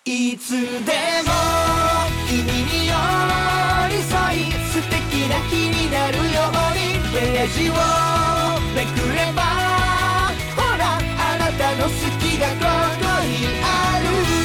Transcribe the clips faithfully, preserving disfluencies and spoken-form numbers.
いつでも君に寄り添い素敵な日になるようにページをめくればほらあなたの好きがここにある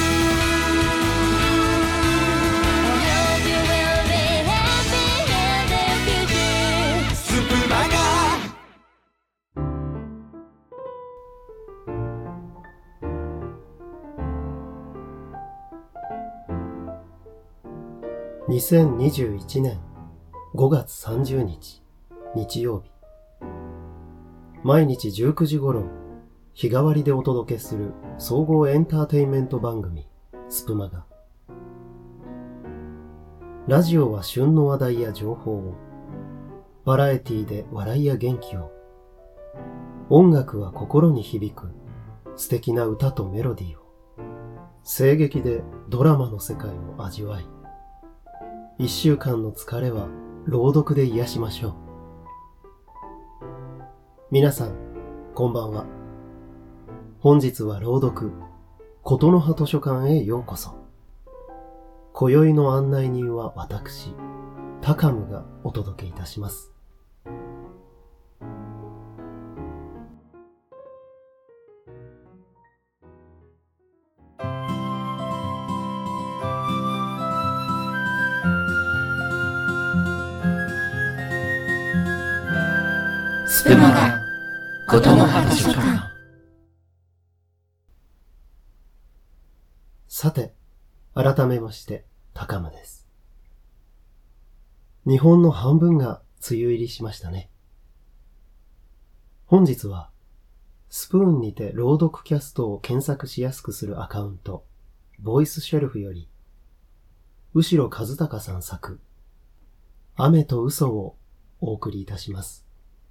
にせんにじゅういちねんごがつさんじゅうにち日曜日、毎日じゅうくじ頃日替わりでお届けする総合エンターテインメント番組スプマガ。ラジオは旬の話題や情報を、バラエティで笑いや元気を、音楽は心に響く素敵な歌とメロディーを、声劇でドラマの世界を味わい、一週間の疲れは朗読で癒しましょう。皆さん、こんばんは。本日は朗読、ことの葉図書館へようこそ。今宵の案内人は私、タカムがお届けいたします。 スプマガことの葉図書館。 さて、改めましてタカムです。日本の半分が梅雨入りしましたね。本日はスプーンにて朗読キャストを検索しやすくするアカウントボイスシェルフより後呂和孝さん作雨と嘘をお送りいたします。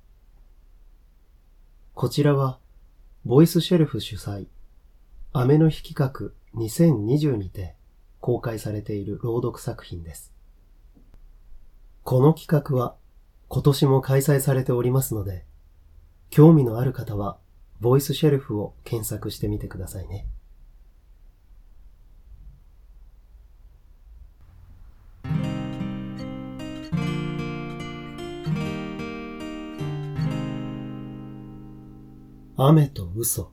こちらは、ボイスシェルフ主催、雨の日企画にせんにじゅうにて公開されている朗読作品です。この企画は今年も開催されておりますので、興味のある方は、ボイスシェルフを検索してみてくださいね。雨と嘘。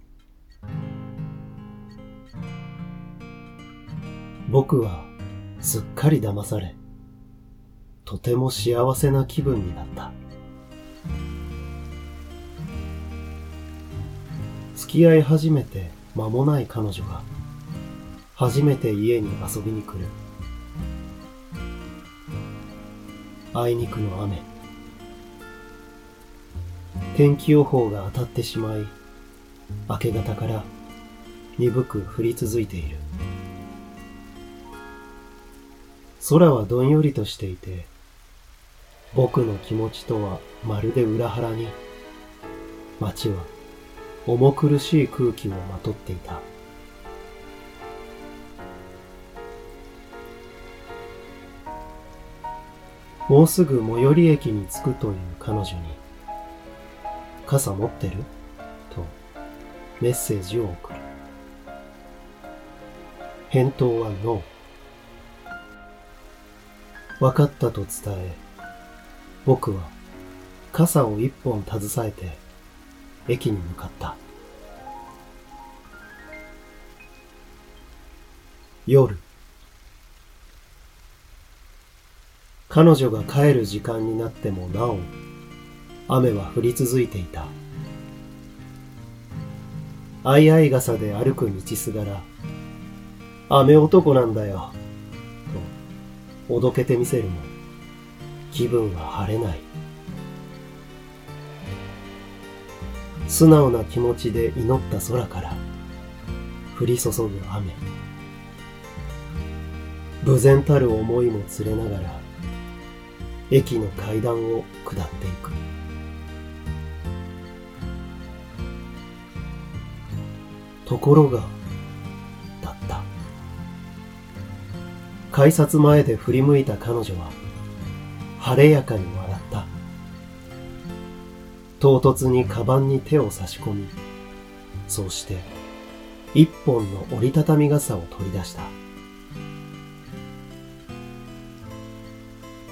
僕はすっかり騙され、とても幸せな気分になった。付き合い始めて間もない彼女が、初めて家に遊びに来る。あいにくの雨。天気予報が当たってしまい、明け方から鈍く降り続いている。空はどんよりとしていて、僕の気持ちとはまるで裏腹に、街は重苦しい空気をまとっていた。もうすぐ最寄り駅に着くという彼女に、傘持ってる？とメッセージを送る。返答はノー。わかったと伝え、僕は傘を一本携えて駅に向かった。夜、彼女が帰る時間になってもなお雨は降り続いていた。あいあい傘で歩く道すがら、雨男なんだよ、とおどけてみせるも、気分は晴れない。素直な気持ちで祈った空から降り注ぐ雨。無然たる思いも連れながら駅の階段を下っていく。ところがだった。改札前で振り向いた彼女は晴れやかに笑った。唐突にカバンに手を差し込み、そうして一本の折りたたみ傘を取り出した。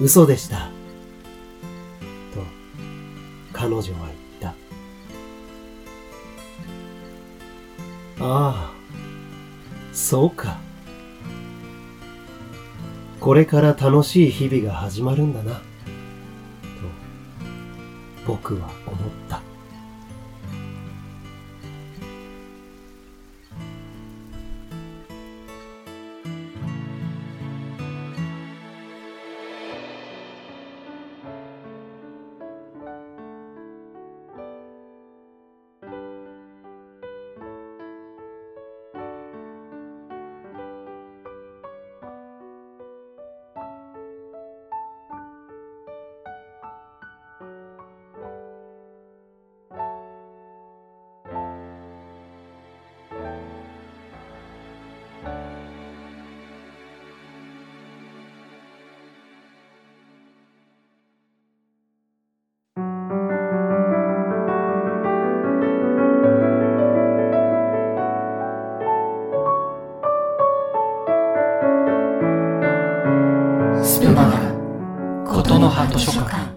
嘘でした。と、彼女は言った。ああ、そうか。これから楽しい日々が始まるんだな、と僕は思った。 スプマガことの葉図書館。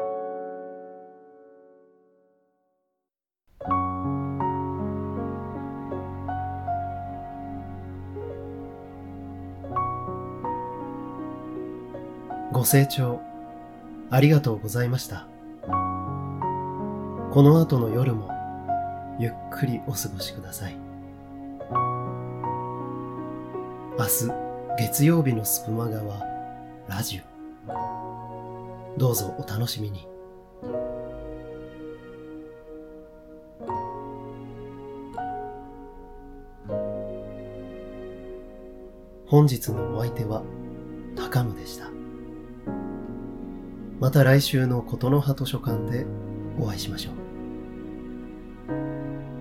ご清聴ありがとうございました。この後の夜もゆっくりお過ごしください。明日月曜日のスプマガはラジオ。どうぞお楽しみに。本日のお相手は高野でした。また来週のことの葉図書館でお会いしましょう。